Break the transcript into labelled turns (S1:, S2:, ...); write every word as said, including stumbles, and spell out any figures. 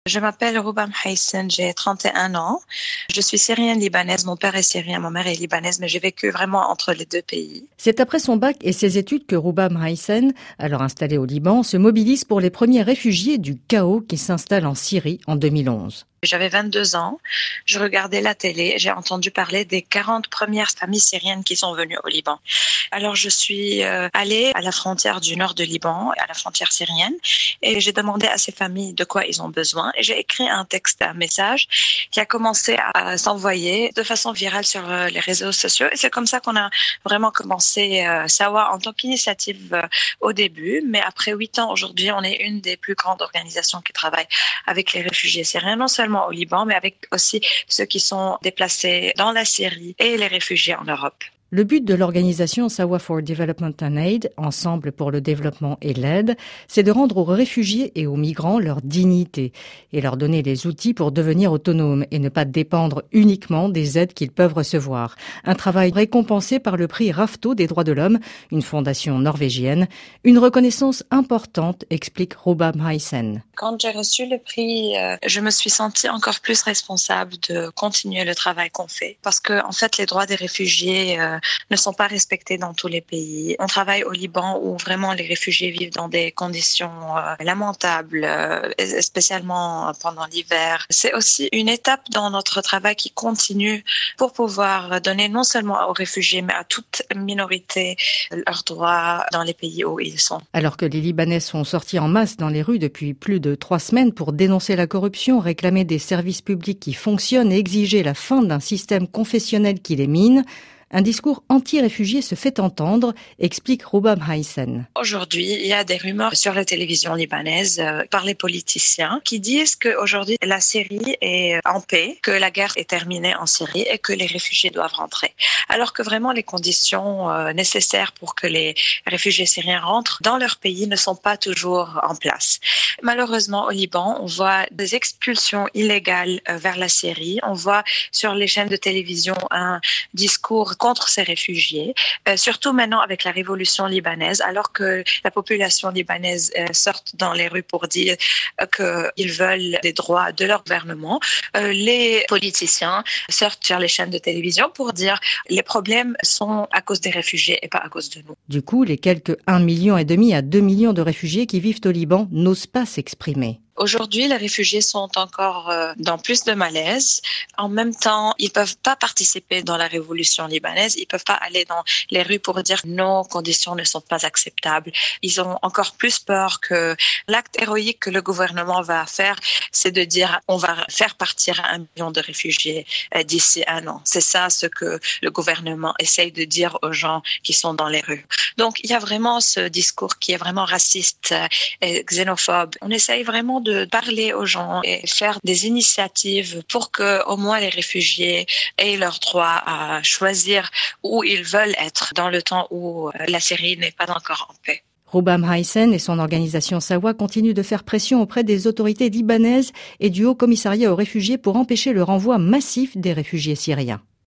S1: Je m'appelle Rouba Mhaïssen, j'ai trente et un ans. Je suis syrienne-libanaise, mon père est syrien, ma mère est libanaise, mais j'ai vécu vraiment entre les deux pays.
S2: C'est après son bac et ses études que Rouba Mhaïssen, alors installée au Liban, se mobilise pour les premiers réfugiés du chaos qui s'installe en Syrie en deux mille onze.
S1: J'avais vingt-deux ans, je regardais la télé, j'ai entendu parler des quarante premières familles syriennes qui sont venues au Liban. Alors je suis euh, allée à la frontière du nord du Liban, à la frontière syrienne, et j'ai demandé à ces familles de quoi ils ont besoin. Et j'ai écrit un texte, un message qui a commencé à s'envoyer de façon virale sur euh, les réseaux sociaux. Et c'est comme ça qu'on a vraiment commencé euh, Sawa en tant qu'initiative euh, au début. Mais après huit ans, aujourd'hui, on est une des plus grandes organisations qui travaille avec les réfugiés syriens, non seulement au Liban, mais avec aussi ceux qui sont déplacés dans la Syrie et les réfugiés en Europe.
S2: Le but de l'organisation Sawa for Development and Aid, Ensemble pour le développement et l'aide, c'est de rendre aux réfugiés et aux migrants leur dignité et leur donner les outils pour devenir autonomes et ne pas dépendre uniquement des aides qu'ils peuvent recevoir. Un travail récompensé par le prix Rafto des droits de l'homme, une fondation norvégienne. Une reconnaissance importante, explique Rouba Mhaïssen.
S1: Quand j'ai reçu le prix, euh, je me suis sentie encore plus responsable de continuer le travail qu'on fait. Parce que, en fait, les droits des réfugiés euh, ne sont pas respectés dans tous les pays. On travaille au Liban où vraiment les réfugiés vivent dans des conditions euh, lamentables, euh, spécialement pendant l'hiver. C'est aussi une étape dans notre travail qui continue pour pouvoir donner non seulement aux réfugiés, mais à toute minorité leurs droits dans les pays où ils sont.
S2: Alors que les Libanais sont sortis en masse dans les rues depuis plus de trois semaines pour dénoncer la corruption, réclamer des services publics qui fonctionnent et exiger la fin d'un système confessionnel qui les mine, un discours anti-réfugié se fait entendre, explique Rouba Mhaïssen.
S1: Aujourd'hui, il y a des rumeurs sur la télévision libanaise euh, par les politiciens qui disent qu'aujourd'hui, la Syrie est en paix, que la guerre est terminée en Syrie et que les réfugiés doivent rentrer. Alors que vraiment, les conditions euh, nécessaires pour que les réfugiés syriens rentrent dans leur pays ne sont pas toujours en place. Malheureusement, au Liban, on voit des expulsions illégales euh, vers la Syrie. On voit sur les chaînes de télévision un discours contre ces réfugiés, euh, surtout maintenant avec la révolution libanaise, alors que la population libanaise euh, sort dans les rues pour dire euh, qu'ils veulent des droits de leur gouvernement. Euh, les politiciens sortent sur les chaînes de télévision pour dire les problèmes sont à cause des réfugiés et pas à cause de nous.
S2: Du coup, les quelques un million et demi à deux millions de réfugiés qui vivent au Liban n'osent pas s'exprimer.
S1: Aujourd'hui, les réfugiés sont encore euh, dans plus de malaise. En même temps, ils peuvent pas participer dans la révolution libanaise. Ils peuvent pas aller dans les rues pour dire nos conditions ne sont pas acceptables. Ils ont encore plus peur que l'acte héroïque que le gouvernement va faire, c'est de dire on va faire partir un million de réfugiés euh, d'ici un an. C'est ça ce que le gouvernement essaye de dire aux gens qui sont dans les rues. Donc, il y a vraiment ce discours qui est vraiment raciste et xénophobe. On essaye vraiment de de parler aux gens et faire des initiatives pour que au moins les réfugiés aient leur droit à choisir où ils veulent être dans le temps où la Syrie n'est pas encore en paix.
S2: Rouba Mhaïssen et son organisation Sawa continuent de faire pression auprès des autorités libanaises et du Haut Commissariat aux réfugiés pour empêcher le renvoi massif des réfugiés syriens.